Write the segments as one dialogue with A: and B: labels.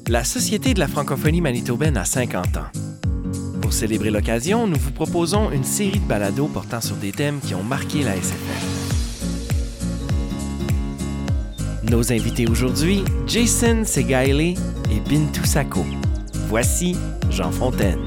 A: La Société de la francophonie manitobaine a 50 ans. Pour célébrer l'occasion, nous vous proposons une série de balados portant sur des thèmes qui ont marqué la SFM. Nos invités aujourd'hui, Jason Segaile et Bintou Sako. Voici Jean Fontaine.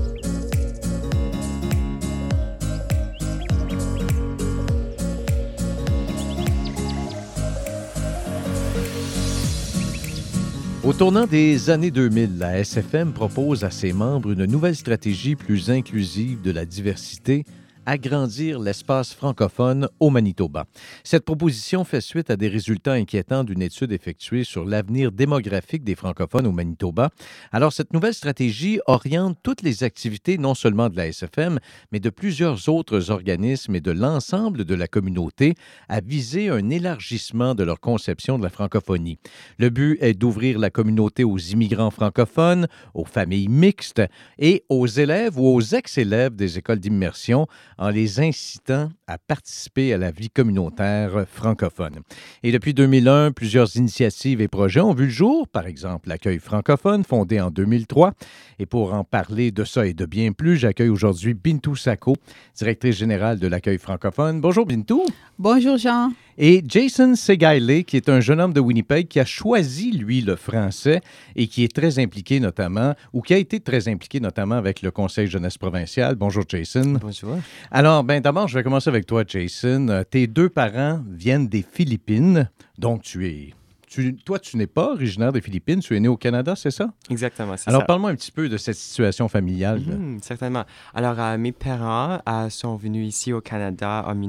B: Au tournant des années 2000, la SFM propose à ses membres une nouvelle stratégie plus inclusive de la diversité, agrandir l'espace francophone au Manitoba. Cette proposition fait suite à des résultats inquiétants d'une étude effectuée sur l'avenir démographique des francophones au Manitoba. Alors, cette nouvelle stratégie oriente toutes les activités non seulement de la SFM, mais de plusieurs autres organismes et de l'ensemble de la communauté à viser un élargissement de leur conception de la francophonie. Le but est d'ouvrir la communauté aux immigrants francophones, aux familles mixtes et aux élèves ou aux ex-élèves des écoles d'immersion en les incitant à participer à la vie communautaire francophone. Et depuis 2001, plusieurs initiatives et projets ont vu le jour, par exemple l'Accueil francophone, fondé en 2003. Et pour en parler de ça et de bien plus, j'accueille aujourd'hui Bintou Sako, directrice générale de l'Accueil francophone. Bonjour Bintou.
C: Bonjour Jean.
B: Et Jason Segaile, qui est un jeune homme de Winnipeg qui a choisi, lui, le français et qui est très impliqué notamment, ou qui a été très impliqué notamment avec le Conseil jeunesse provincial. Bonjour Jason.
D: Bonjour.
B: Alors, d'abord, je vais commencer avec toi, Jason. Tes deux parents viennent des Philippines, donc toi, tu n'es pas originaire des Philippines, tu es né au Canada, c'est ça?
D: Exactement, c'est ça.
B: Alors, parle-moi un petit peu de cette situation familiale.
D: Certainement. Alors, mes parents sont venus ici au Canada en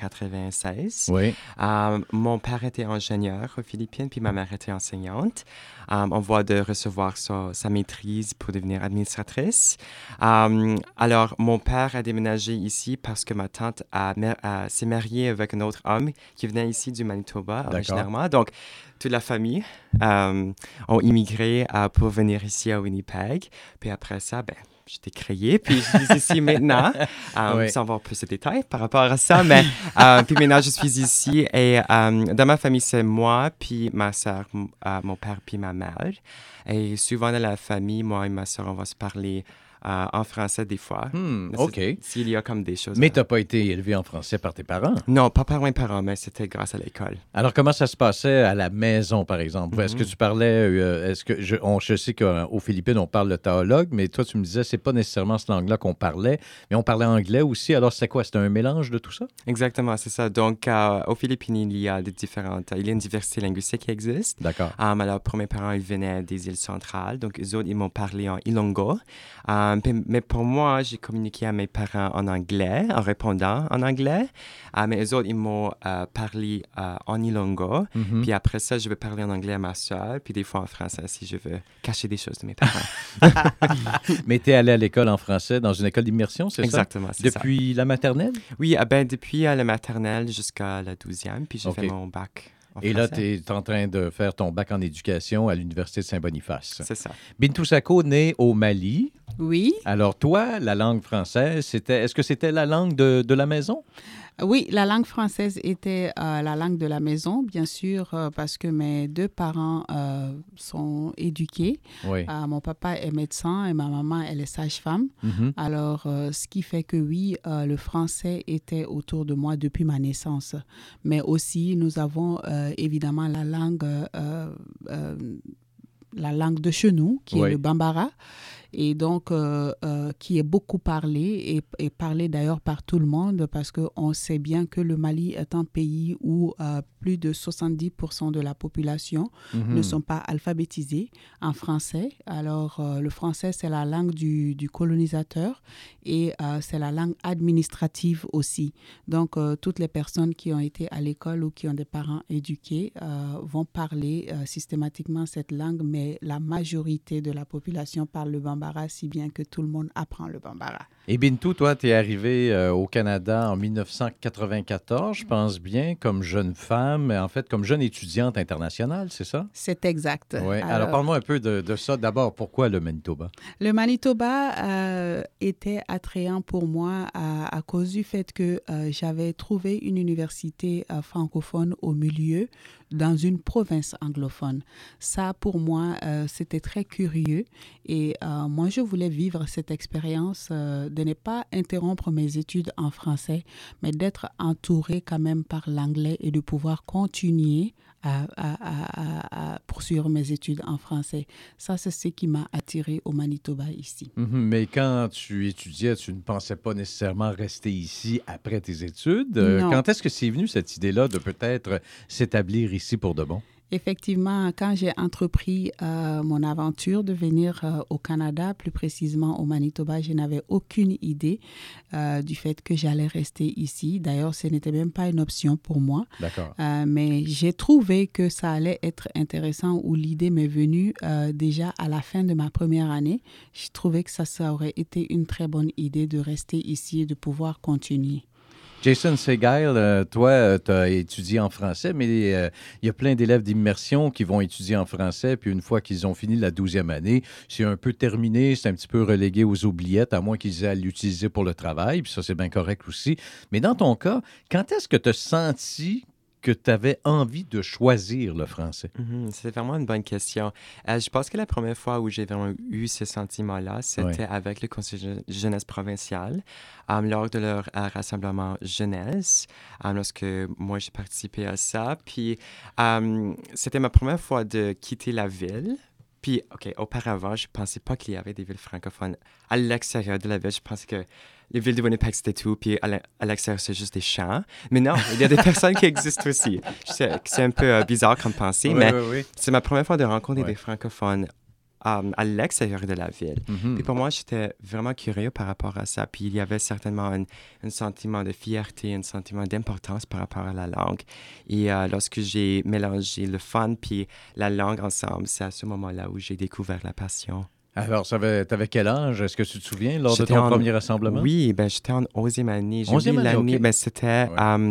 D: 1996.
B: Oui.
D: Mon père était ingénieur aux Philippines, puis ma mère était enseignante. On voit de recevoir sa maîtrise pour devenir administratrice. Alors, mon père a déménagé ici parce que ma tante s'est mariée avec un autre homme qui venait ici du Manitoba originairement. Donc, toute la famille ont immigré pour venir ici à Winnipeg. Puis après ça, j'étais créé, puis je suis ici maintenant, sans avoir plus de détails par rapport à ça, mais puis maintenant je suis ici et dans ma famille, c'est moi, puis ma soeur, mon père, puis ma mère. Et souvent dans la famille, moi et ma soeur, on va se parler en français des fois.
B: OK.
D: S'il y a comme des choses.
B: Mais tu n'as pas été élevé en français par tes parents?
D: Non, pas par mes parents, mais c'était grâce à l'école.
B: Alors, comment ça se passait à la maison, par exemple? Est-ce que tu parlais... je sais qu'aux Philippines, on parle le tagalog, mais toi, tu me disais, c'est pas nécessairement cette langue-là qu'on parlait, mais on parlait anglais aussi. Alors, c'était quoi? C'était un mélange de tout ça?
D: Exactement, c'est ça. Donc, aux Philippines, il y a une diversité linguistique qui existe.
B: D'accord.
D: Alors, pour mes parents, ils venaient des îles centrales. Donc, eux autres, ils m'ont parlé en Ilongo. Mais pour moi, j'ai communiqué à mes parents en anglais, en répondant en anglais. Mais eux autres, ils m'ont parlé en Ilongo.
B: Mm-hmm.
D: Puis après ça, je vais parler en anglais à ma soeur. Puis des fois en français si je veux cacher des choses de mes parents.
B: Mais tu es allé à l'école en français, dans une école d'immersion, c'est ça?
D: Exactement, c'est ça.
B: Depuis la maternelle?
D: Oui, depuis la maternelle jusqu'à la 12e. Puis j'ai fait mon bac.
B: Et là, tu es en train de faire ton bac en éducation à l'Université de Saint-Boniface.
D: C'est ça.
B: Bintou Sako, né au Mali.
C: Oui.
B: Alors toi, la langue française, est-ce que c'était la langue de la maison?
C: Oui, la langue française était la langue de la maison, bien sûr, parce que mes deux parents sont éduqués.
B: Oui.
C: Mon papa est médecin et ma maman, elle est sage-femme.
B: Mm-hmm.
C: Alors, ce qui fait que oui, le français était autour de moi depuis ma naissance. Mais aussi, nous avons évidemment la langue de chez nous, qui est le Bambara. Et donc, qui est beaucoup parlé et parlé d'ailleurs par tout le monde parce qu'on sait bien que le Mali est un pays où plus de 70% de la population ne sont pas alphabétisés en français. Alors, le français, c'est la langue du colonisateur et c'est la langue administrative aussi. Donc, toutes les personnes qui ont été à l'école ou qui ont des parents éduqués vont parler systématiquement cette langue, mais la majorité de la population parle le Bambara, si bien que tout le monde apprend le Bambara.
B: Et Bintou, toi, tu es arrivée au Canada en 1994, je pense bien, comme jeune femme, en fait, comme jeune étudiante internationale, c'est ça?
C: C'est exact.
B: Oui. Alors, parle-moi un peu de ça. D'abord, pourquoi le Manitoba?
C: Le Manitoba était attrayant pour moi à cause du fait que j'avais trouvé une université francophone au milieu dans une province anglophone. Ça, pour moi, c'était très curieux et moi, je voulais vivre cette expérience de ne pas interrompre mes études en français, mais d'être entourée quand même par l'anglais et de pouvoir continuer à poursuivre mes études en français. Ça, c'est ce qui m'a attirée au Manitoba ici.
B: Mais quand tu étudiais, tu ne pensais pas nécessairement rester ici après tes études. Quand est-ce que c'est venu cette idée-là de peut-être s'établir ici pour de bon?
C: Effectivement, quand j'ai entrepris mon aventure de venir au Canada, plus précisément au Manitoba, je n'avais aucune idée du fait que j'allais rester ici. D'ailleurs, ce n'était même pas une option pour moi.
B: D'accord.
C: Mais j'ai trouvé que ça allait être intéressant où l'idée m'est venue déjà à la fin de ma première année. J'ai trouvé que ça aurait été une très bonne idée de rester ici et de pouvoir continuer.
B: Jason Segal, toi, tu as étudié en français, mais il y a plein d'élèves d'immersion qui vont étudier en français, puis une fois qu'ils ont fini la 12e année, c'est un peu terminé, c'est un petit peu relégué aux oubliettes, à moins qu'ils aient à l'utiliser pour le travail, puis ça, c'est bien correct aussi. Mais dans ton cas, quand est-ce que tu as senti que tu avais envie de choisir le français?
D: C'est vraiment une bonne question. Je pense que la première fois où j'ai vraiment eu ce sentiment-là, c'était avec le Conseil jeunesse provincial, lors de leur rassemblement jeunesse, lorsque moi j'ai participé à ça. Puis c'était ma première fois de quitter la ville. Puis, auparavant, je ne pensais pas qu'il y avait des villes francophones à l'extérieur de la ville. Je pensais que les villes de Winnipeg, c'était tout, puis à l'extérieur, c'est juste des champs. Mais non, il y a des personnes qui existent aussi. Je sais que c'est un peu bizarre comme pensée, mais c'est ma première fois de rencontrer des francophones à l'extérieur de la ville. Puis pour moi, j'étais vraiment curieux par rapport à ça. Puis il y avait certainement un sentiment de fierté, un sentiment d'importance par rapport à la langue. Et lorsque j'ai mélangé le fun puis la langue ensemble, c'est à ce moment-là où j'ai découvert la passion.
B: Alors, tu avais quel âge? Est-ce que tu te souviens lors de ton premier rassemblement?
D: Oui, j'étais en 11e année.
B: 11e année,
D: l'année, c'était...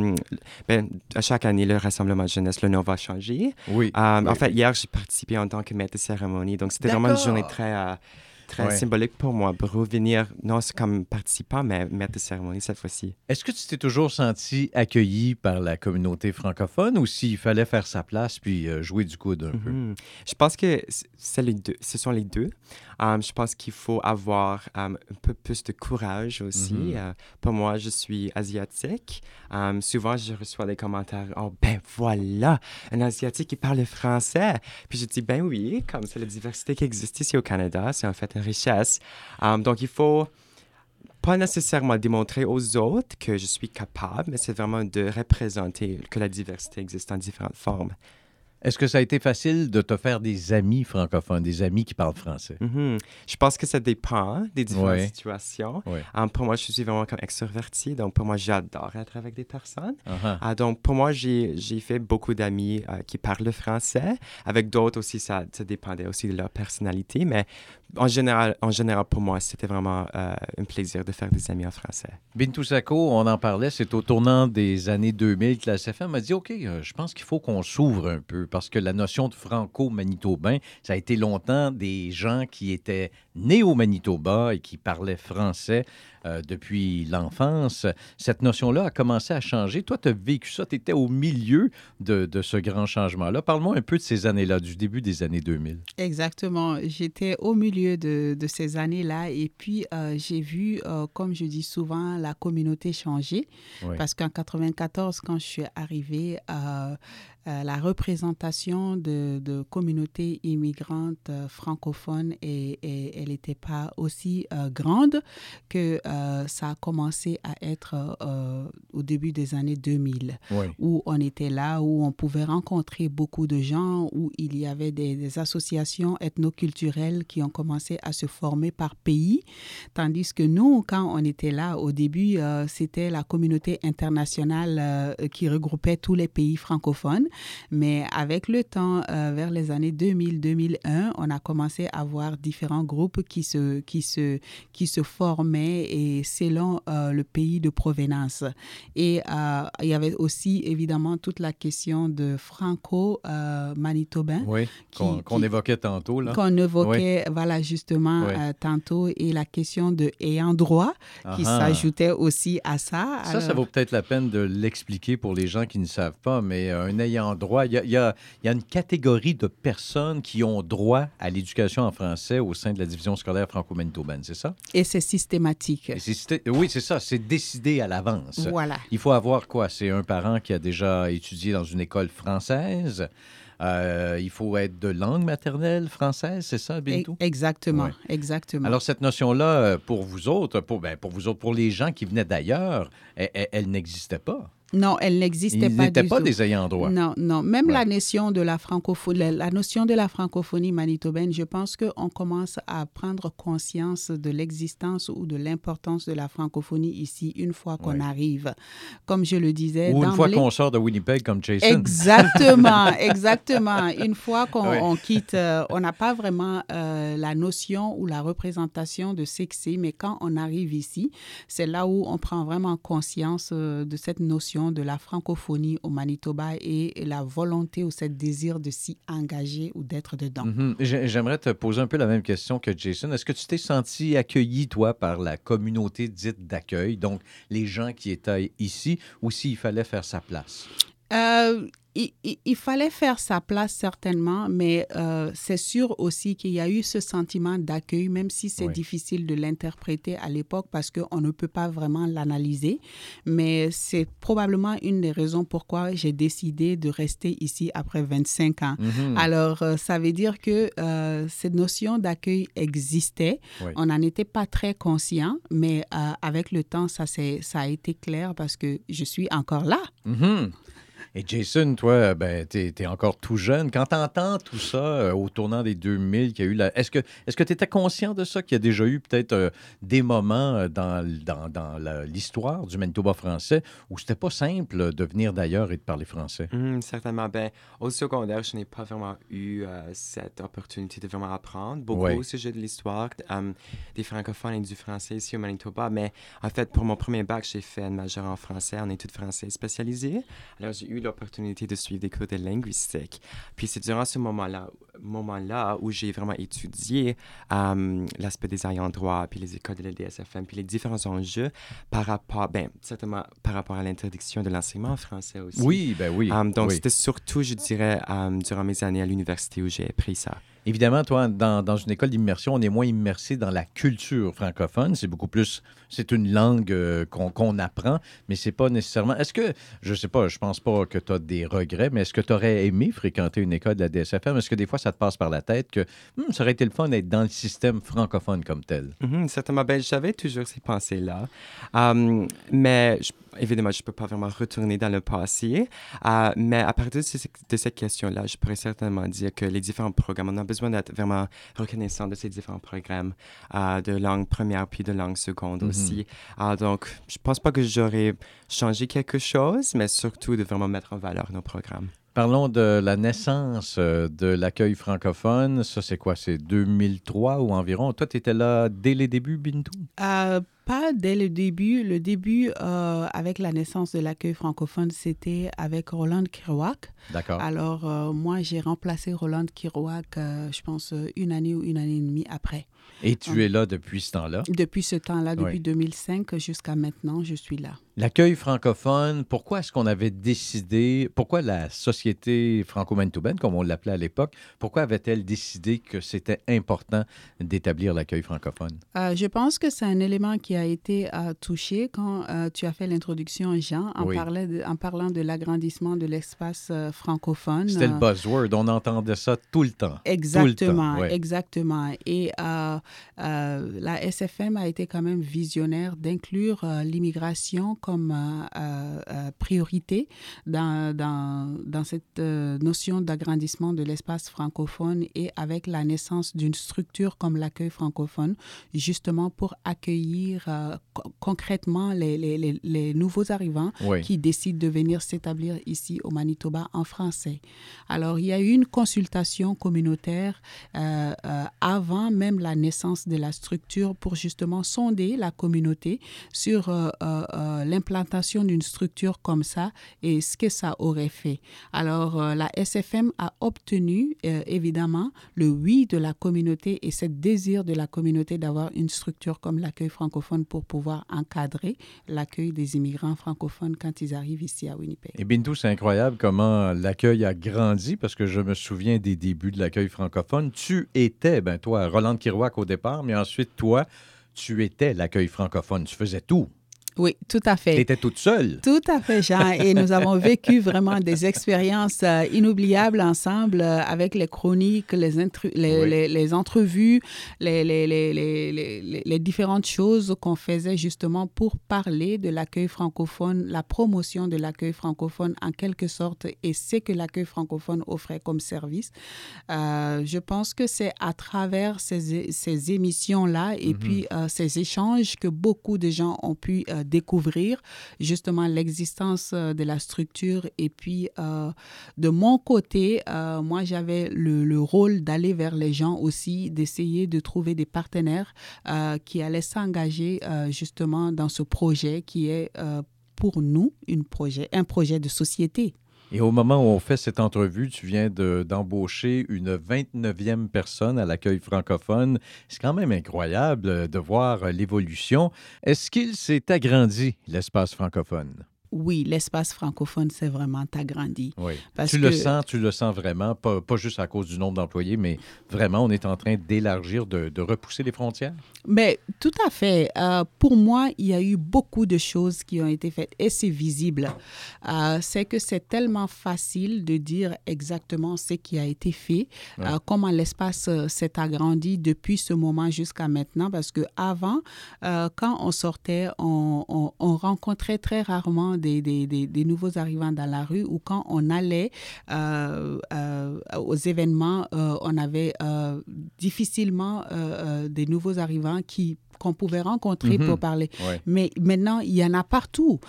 D: à chaque année, le rassemblement de jeunesse, le nom va changer.
B: Oui.
D: En fait, hier, j'ai participé en tant que maître de cérémonie. Donc, c'était vraiment une journée très symbolique pour moi, pour revenir, non c'est comme participant, mais maître de cérémonie cette fois-ci.
B: Est-ce que tu t'es toujours senti accueilli par la communauté francophone ou s'il fallait faire sa place puis jouer du coude un peu?
D: Je pense que ce sont les deux. Je pense qu'il faut avoir un peu plus de courage aussi. Pour moi, je suis asiatique. Souvent, je reçois des commentaires « Oh, ben voilà, un Asiatique qui parle français! » Puis je dis « Ben oui, comme c'est la diversité qui existe ici au Canada, c'est en fait une richesse. » Donc, il faut pas nécessairement démontrer aux autres que je suis capable, mais c'est vraiment de représenter que la diversité existe en différentes formes.
B: Est-ce que ça a été facile de te faire des amis francophones, des amis qui parlent français?
D: Je pense que ça dépend des différentes situations. Pour moi, je suis vraiment comme extroverti, donc pour moi, j'adore être avec des personnes. Donc pour moi, j'ai fait beaucoup d'amis qui parlent le français. Avec d'autres aussi, ça dépendait aussi de leur personnalité, mais en général, pour moi, c'était vraiment un plaisir de faire des amis en français.
B: Bintou Sacco, on en parlait, c'est au tournant des années 2000 que la SFM m'a dit « OK, je pense qu'il faut qu'on s'ouvre un peu » parce que la notion de franco-manitobain, ça a été longtemps des gens qui étaient nés au Manitoba et qui parlaient français depuis l'enfance. Cette notion-là a commencé à changer. Toi, tu as vécu ça, tu étais au milieu de ce grand changement-là. Parle-moi un peu de ces années-là, du début des années 2000.
C: Exactement. J'étais au milieu de ces années-là et puis j'ai vu, comme je dis souvent, la communauté changer. Parce qu'en 1994, quand je suis arrivée, la représentation de communautés immigrantes francophones, elle n'était pas aussi grande que ça a commencé à être au début des années 2000, où on était là, où on pouvait rencontrer beaucoup de gens, où il y avait des associations ethnoculturelles qui ont commencé à se former par pays, tandis que nous, quand on était là, au début, c'était la communauté internationale qui regroupait tous les pays francophones. Mais avec le temps, vers les années 2000-2001, on a commencé à voir différents groupes qui se formaient et selon le pays de provenance. Et il y avait aussi évidemment toute la question de franco-manitobain.
B: Oui, qu'on évoquait tantôt. Là.
C: Qu'on évoquait, voilà, justement, tantôt, et la question de ayant droit qui s'ajoutait aussi à ça.
B: Alors... Ça vaut peut-être la peine de l'expliquer pour les gens qui ne savent pas, mais un ayant droit, il y a une catégorie de personnes qui ont droit à l'éducation en français au sein de la division scolaire franco-manitobaine, c'est ça?
C: Et c'est systématique.
B: Oui, c'est ça, c'est décidé à l'avance.
C: Voilà.
B: Il faut avoir quoi? C'est un parent qui a déjà étudié dans une école française. Il faut être de langue maternelle française, c'est ça, Bintou?
C: Exactement,
B: ouais.
C: Exactement.
B: Alors, cette notion-là, pour vous autres, pour les gens qui venaient d'ailleurs, elle n'existait pas.
C: Non, elle n'existait pas du tout.
B: Ils n'étaient pas des ayants droit.
C: Non. Même la notion de la francophonie manitobaine, je pense qu'on commence à prendre conscience de l'existence ou de l'importance de la francophonie ici une fois qu'on arrive. Comme je le disais,
B: ou une fois qu'on sort de Winnipeg comme Jason.
C: Exactement. Une fois qu'on quitte, on n'a pas vraiment la notion ou la représentation de ce que c'est, mais quand on arrive ici, c'est là où on prend vraiment conscience de cette notion de la francophonie au Manitoba et la volonté ou ce désir de s'y engager ou d'être dedans.
B: Mm-hmm. J'aimerais te poser un peu la même question que Jason. Est-ce que tu t'es senti accueilli, toi, par la communauté dite d'accueil, donc les gens qui étaient ici, ou s'il fallait faire sa place?
C: Il fallait faire sa place certainement, mais c'est sûr aussi qu'il y a eu ce sentiment d'accueil, même si c'est difficile de l'interpréter à l'époque parce qu'on ne peut pas vraiment l'analyser. Mais c'est probablement une des raisons pourquoi j'ai décidé de rester ici après 25 ans. Mm-hmm. Alors, ça veut dire que cette notion d'accueil existait. Oui. On n'en était pas très conscient, mais avec le temps, ça a été clair parce que je suis encore là.
B: Mm-hmm. Et Jason, toi, t'es encore tout jeune. Quand tu entends tout ça au tournant des 2000, qu'il y a eu est-ce que tu étais conscient de ça, qu'il y a déjà eu peut-être des moments dans l'histoire du Manitoba français où c'était pas simple de venir d'ailleurs et de parler français?
D: Certainement. Au secondaire, je n'ai pas vraiment eu cette opportunité de vraiment apprendre beaucoup au sujet de l'histoire des francophones et du français ici au Manitoba. Mais en fait, pour mon premier bac, j'ai fait un major en français, en études françaises spécialisées. Alors, j'ai eu l'opportunité de suivre des cours de linguistique. Puis c'est durant ce moment-là où j'ai vraiment étudié l'aspect des ayants droit, puis les écoles de la DSFM, puis les différents enjeux certainement par rapport à l'interdiction de l'enseignement en français aussi.
B: Oui.
D: Donc c'était surtout, je dirais, durant mes années à l'université où j'ai appris ça.
B: Évidemment, toi, dans une école d'immersion, on est moins immersé dans la culture francophone. C'est beaucoup plus... C'est une langue qu'on apprend, mais c'est pas nécessairement... Est-ce que... Je sais pas, je pense pas que tu as des regrets, mais est-ce que tu aurais aimé fréquenter une école de la DSFM? Est-ce que des fois, ça te passe par la tête que ça aurait été le fun d'être dans le système francophone comme tel?
D: Certainement. J'avais toujours ces pensées-là. Mais... Évidemment, je ne peux pas vraiment retourner dans le passé, mais à partir de cette question-là, je pourrais certainement dire que les différents programmes, on a besoin d'être vraiment reconnaissant de ces différents programmes de langue première puis de langue seconde aussi. Donc, je ne pense pas que j'aurais changé quelque chose, mais surtout de vraiment mettre en valeur nos programmes.
B: Parlons de la naissance de l'accueil francophone. Ça, c'est quoi? C'est 2003 ou environ? Toi, tu étais là dès les débuts, Bintou?
C: Pas dès le début. Le début, avec la naissance de l'accueil francophone, c'était avec Roland Kirouac.
B: D'accord.
C: Alors, moi, j'ai remplacé Roland Kirouac, je pense, une année ou une année et demie après.
B: Et tu es là depuis ce temps-là?
C: Depuis ce temps-là, depuis 2005 jusqu'à maintenant, je suis là.
B: L'accueil francophone, pourquoi est-ce qu'on avait décidé, pourquoi la Société franco-manitobaine, comme on l'appelait à l'époque, pourquoi avait-elle décidé que c'était important d'établir l'accueil francophone?
C: Je pense que c'est un élément qui a été touché quand tu as fait l'introduction, Jean, en parlant de l'agrandissement de l'espace francophone.
B: C'était le buzzword, on entendait ça tout le temps.
C: Exactement,
B: tout le temps,
C: exactement. Et la SFM a été quand même visionnaire d'inclure l'immigration comme priorité dans cette notion d'agrandissement de l'espace francophone et avec la naissance d'une structure comme l'accueil francophone, justement pour accueillir concrètement les nouveaux arrivants qui décident de venir s'établir ici au Manitoba en français. Alors, il y a eu une consultation communautaire avant même la naissance de la structure pour justement sonder la communauté sur l'implantation d'une structure comme ça et ce que ça aurait fait. Alors, la SFM a obtenu évidemment le oui de la communauté et ce désir de la communauté d'avoir une structure comme l'accueil francophone pour pouvoir encadrer l'accueil des immigrants francophones quand ils arrivent ici à Winnipeg.
B: Et Bintou, c'est incroyable comment l'accueil a grandi parce que je me souviens des débuts de l'accueil francophone. Tu étais, toi, Rolande Kirouac au départ, mais ensuite, toi, tu étais l'accueil francophone. Tu faisais tout.
C: Oui, tout à fait.
B: Tu étais toute seule.
C: Tout à fait, Jean. Et nous avons vécu vraiment des expériences inoubliables ensemble avec les chroniques, les entrevues, les différentes choses qu'on faisait justement pour parler de l'accueil francophone, la promotion de l'accueil francophone en quelque sorte et ce que l'accueil francophone offrait comme service. Je pense que c'est à travers ces émissions-là et puis ces échanges que beaucoup de gens ont pu découvrir justement l'existence de la structure. Et puis, de mon côté, moi, j'avais le rôle d'aller vers les gens aussi, d'essayer de trouver des partenaires qui allaient s'engager justement dans ce projet qui est pour nous un projet de société.
B: Et au moment où on fait cette entrevue, tu viens d'embaucher une 29e personne à l'accueil francophone. C'est quand même incroyable de voir l'évolution. Est-ce qu'il s'est agrandi, l'espace francophone?
C: Oui, l'espace francophone s'est vraiment agrandi.
B: Oui. Tu le sens vraiment, pas juste à cause du nombre d'employés, mais vraiment, on est en train d'élargir, de repousser les frontières?
C: Mais tout à fait. Pour moi, il y a eu beaucoup de choses qui ont été faites et c'est visible. C'est que c'est tellement facile de dire exactement ce qui a été fait, comment l'espace s'est agrandi depuis ce moment jusqu'à maintenant, parce qu'avant, quand on sortait, on rencontrait très rarement des nouveaux arrivants dans la rue ou quand on allait aux événements, on avait difficilement des nouveaux arrivants qu'on pouvait rencontrer pour parler. Ouais. Mais maintenant, il y en a partout.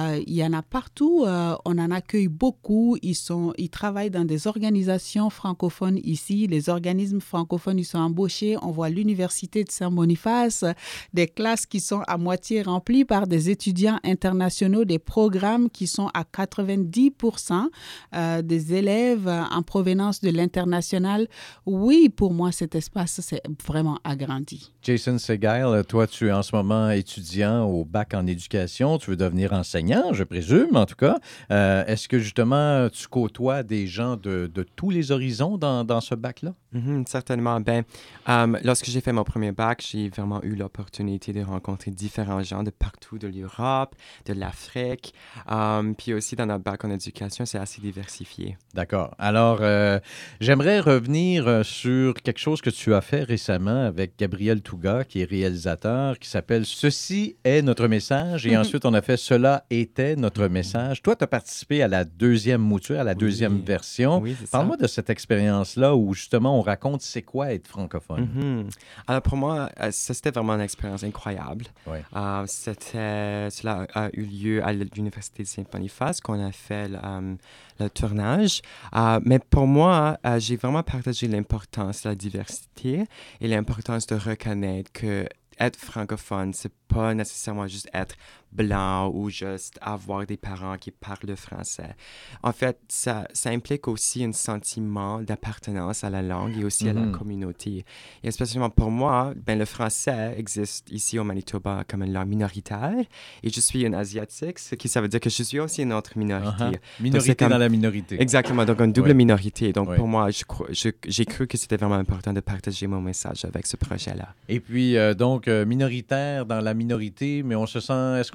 C: On en accueille beaucoup. Ils travaillent dans des organisations francophones ici. Les organismes francophones, ils sont embauchés. On voit l'Université de Saint-Boniface, des classes qui sont à moitié remplies par des étudiants internationaux, des programmes qui sont à 90% des élèves en provenance de l'international. Oui, pour moi, cet espace s'est vraiment agrandi.
B: Jason Segal, toi, tu es en ce moment étudiant au bac en éducation. Tu veux devenir enseignant, je présume, en tout cas. Est-ce que, justement, tu côtoies des gens de tous les horizons dans ce bac-là?
D: Certainement. Lorsque j'ai fait mon premier bac, j'ai vraiment eu l'opportunité de rencontrer différents gens de partout, de l'Europe, de l'Afrique. Puis aussi, dans notre bac en éducation, c'est assez diversifié.
B: D'accord. Alors, j'aimerais revenir sur quelque chose que tu as fait récemment avec Gabriel Touga, qui est réalisateur, qui s'appelle « Ceci est notre message ». Et ensuite, on a fait « Cela était notre message ». Toi, tu as participé à la deuxième mouture, à la deuxième version.
D: Oui, c'est
B: Parle-moi de cette expérience-là où, justement, on raconte c'est quoi être francophone.
D: Alors, pour moi, c'était vraiment une expérience incroyable.
B: Oui.
D: Cela a eu lieu à l'Université de Saint-Boniface, qu'on a fait le tournage. Mais pour moi, j'ai vraiment partagé l'importance de la diversité et l'importance de reconnaître que être francophone, c'est pas nécessairement juste être blanc ou juste avoir des parents qui parlent le français. En fait, ça implique aussi un sentiment d'appartenance à la langue et aussi à la communauté. Et spécialement pour moi, le français existe ici au Manitoba comme une langue minoritaire et je suis une Asiatique, ce qui ça veut dire que je suis aussi une autre minorité.
B: Minorité dans la minorité.
D: Exactement, donc une double minorité. Donc pour moi, j'ai cru que c'était vraiment important de partager mon message avec ce projet-là.
B: Et puis, donc, minoritaire dans la minorité, mais est-ce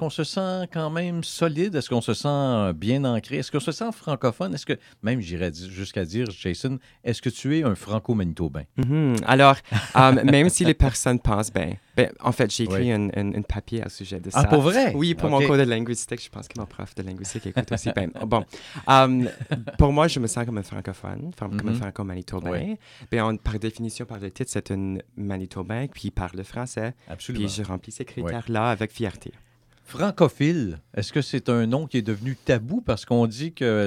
B: qu'on se sent quand même solide? Est-ce qu'on se sent bien ancré? Est-ce qu'on se sent francophone? Est-ce que, même j'irais jusqu'à dire, Jason, est-ce que tu es un franco-manitobain?
D: Alors, même si les personnes pensent, en fait, j'ai écrit un papier à ce sujet de ça.
B: Ah, pour vrai?
D: Oui, pour mon cours de linguistique. Je pense que mon prof de linguistique écoute aussi. Pour moi, je me sens comme un francophone, comme un franco-manitobain. Par définition, par le titre, c'est un manitobain qui parle le français.
B: Absolument.
D: Puis je remplis ces critères-là avec fierté.
B: Francophile, est-ce que c'est un nom qui est devenu tabou parce qu'on dit que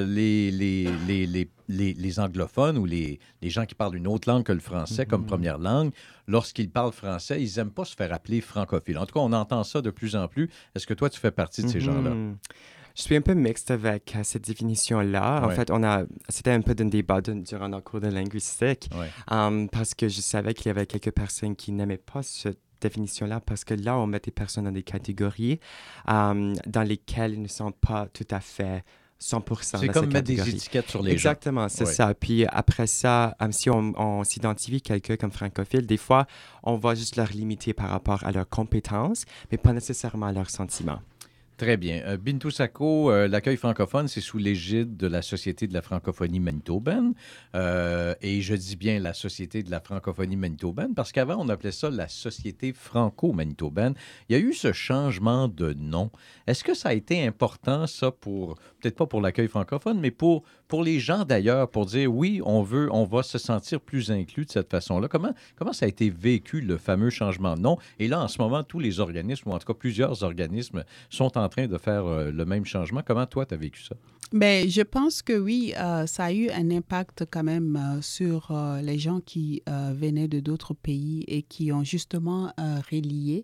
B: les anglophones ou les gens qui parlent une autre langue que le français comme première langue, lorsqu'ils parlent français, ils n'aiment pas se faire appeler francophile. En tout cas, on entend ça de plus en plus. Est-ce que toi, tu fais partie de ces gens-là?
D: Je suis un peu mixte avec cette définition-là. En fait, c'était un peu d'un débat durant nos cours de linguistique parce que je savais qu'il y avait quelques personnes qui n'aimaient pas cette définition-là parce que là, on met des personnes dans des catégories dans lesquelles ils ne sont pas tout à fait 100%
B: C'est comme mettre des étiquettes sur les gens.
D: Exactement, c'est ça. Puis après ça, si on s'identifie quelqu'un comme francophile, des fois, on va juste leur limiter par rapport à leurs compétences, mais pas nécessairement à leurs sentiments.
B: Très bien. Bintou Sako, l'accueil francophone, c'est sous l'égide de la Société de la francophonie manitobaine. Et je dis bien la Société de la francophonie manitobaine parce qu'avant, on appelait ça la Société franco-manitobaine. Il y a eu ce changement de nom. Est-ce que ça a été important, ça, peut-être pas pour l'accueil francophone, mais pour les gens d'ailleurs, pour dire oui, on va se sentir plus inclus de cette façon-là? Comment ça a été vécu, le fameux changement de nom? Et là, en ce moment, tous les organismes, ou en tout cas plusieurs organismes, sont en train de faire le même changement. Comment toi, tu as vécu ça?
C: Bien, je pense que oui, ça a eu un impact quand même sur les gens qui venaient de d'autres pays et qui ont justement relié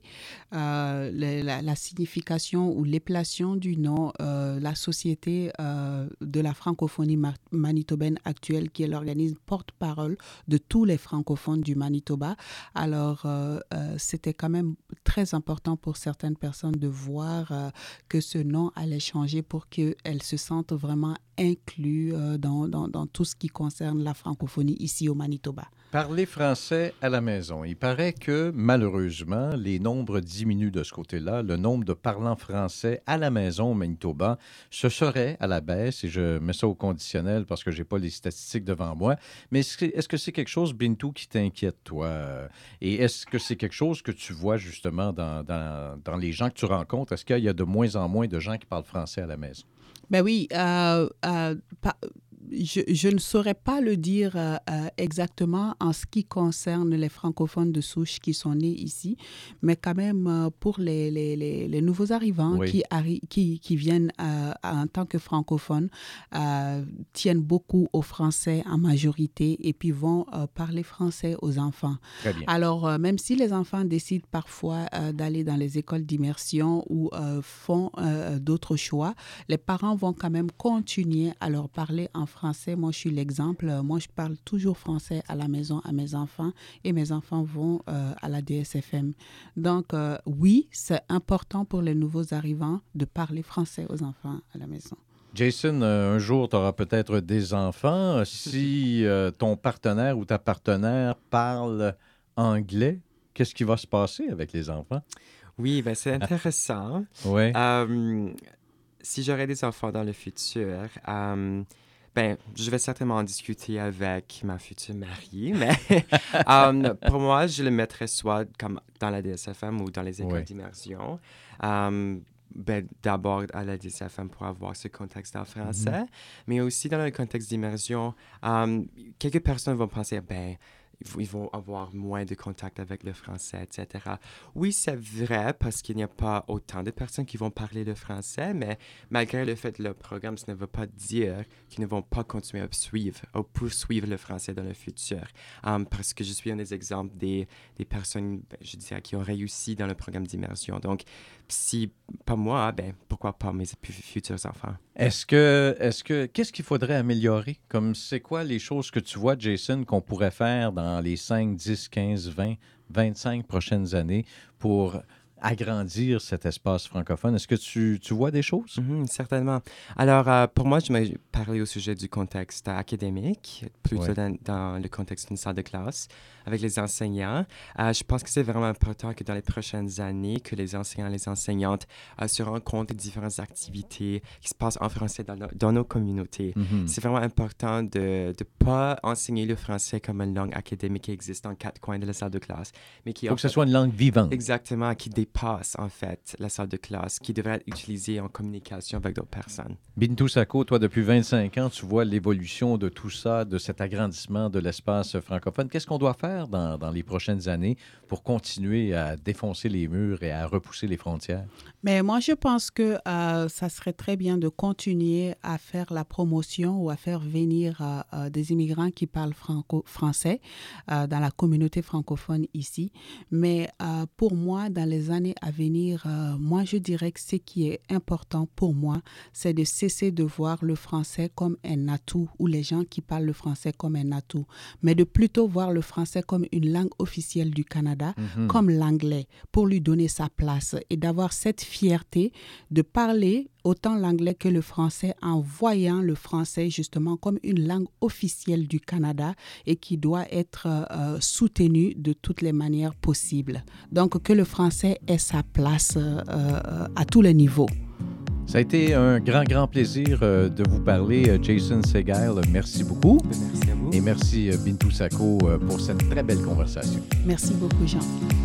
C: la signification ou l'épellation du nom, la Société de la francophonie manitobaine actuelle, qui est l'organisme porte-parole de tous les francophones du Manitoba. Alors, c'était quand même très important pour certaines personnes de voir que ce nom allait changer pour qu'elles se sentent vraiment inclus dans tout ce qui concerne la francophonie ici au Manitoba.
B: Parler français à la maison. Il paraît que, malheureusement, les nombres diminuent de ce côté-là. Le nombre de parlants français à la maison au Manitoba, ce serait à la baisse, et je mets ça au conditionnel parce que je n'ai pas les statistiques devant moi. Mais est-ce que c'est quelque chose, Bintou, qui t'inquiète, toi? Et est-ce que c'est quelque chose que tu vois justement dans les gens que tu rencontres? Est-ce qu'il y a de moins en moins de gens qui parlent français à la maison?
C: Ben oui, je ne saurais pas le dire exactement en ce qui concerne les francophones de souche qui sont nés ici, mais quand même pour les nouveaux arrivants qui viennent en tant que francophones, tiennent beaucoup au français en majorité et puis vont parler français aux enfants.
B: Très bien.
C: Alors, même si les enfants décident parfois d'aller dans les écoles d'immersion ou font d'autres choix, les parents vont quand même continuer à leur parler en français. Moi, je suis l'exemple. Moi, je parle toujours français à la maison à mes enfants et mes enfants vont à la DSFM. Donc, oui, c'est important pour les nouveaux arrivants de parler français aux enfants à la maison.
B: Jason, un jour, tu auras peut-être des enfants. Si ton partenaire ou ta partenaire parle anglais, qu'est-ce qui va se passer avec les enfants?
D: Oui, c'est intéressant.
B: Oui.
D: Si j'aurais des enfants dans le futur, je vais certainement en discuter avec ma future mariée, mais pour moi, je le mettrais soit comme dans la DSFM ou dans les écoles d'immersion. D'abord à la DSFM pour avoir ce contexte en français, mais aussi dans le contexte d'immersion, quelques personnes vont penser, ils vont avoir moins de contact avec le français, etc. Oui, c'est vrai parce qu'il n'y a pas autant de personnes qui vont parler le français, mais malgré le fait que le programme, ça ne veut pas dire qu'ils ne vont pas continuer à poursuivre le français dans le futur. Parce que je suis un des exemples des personnes, je dirais, qui ont réussi dans le programme d'immersion. Donc, si pas moi, pourquoi pas mes futurs enfants?
B: Qu'est-ce qu'il faudrait améliorer? Comme c'est quoi les choses que tu vois, Jason, qu'on pourrait faire dans les 5, 10, 15, 20, 25 prochaines années pour agrandir cet espace francophone. Est-ce que tu vois des choses?
D: Certainement. Alors, pour moi, je vais parler au sujet du contexte académique, plutôt dans le contexte d'une salle de classe, avec les enseignants. Je pense que c'est vraiment important que dans les prochaines années, que les enseignants et les enseignantes se rendent compte des différentes activités qui se passent en français dans nos communautés. C'est vraiment important de ne pas enseigner le français comme une langue académique qui existe dans 4 coins de la salle de classe, mais qui...
B: Il faut que ce soit une langue vivante.
D: Exactement, qui dépasse, en fait, la salle de classe, qui devrait être utilisée en communication avec d'autres personnes.
B: Bintou Sako, toi, depuis 25 ans, tu vois l'évolution de tout ça, de cet agrandissement de l'espace francophone. Qu'est-ce qu'on doit faire dans les prochaines années pour continuer à défoncer les murs et à repousser les frontières?
C: Mais moi, je pense que ça serait très bien de continuer à faire la promotion ou à faire venir des immigrants qui parlent français dans la communauté francophone ici. Mais pour moi, dans les années à venir, moi, je dirais que ce qui est important pour moi, c'est de cesser de voir le français comme un atout ou les gens qui parlent le français comme un atout, mais de plutôt voir le français comme une langue officielle du Canada, comme l'anglais, pour lui donner sa place et d'avoir cette fierté de parler autant l'anglais que le français en voyant le français justement comme une langue officielle du Canada et qui doit être soutenue de toutes les manières possibles. Donc, que le français ait sa place à tous les niveaux.
B: Ça a été un grand plaisir de vous parler, Jason Segal. Merci beaucoup.
D: Merci à vous.
B: Et merci, Bintou Sako, pour cette très belle conversation.
C: Merci beaucoup, Jean.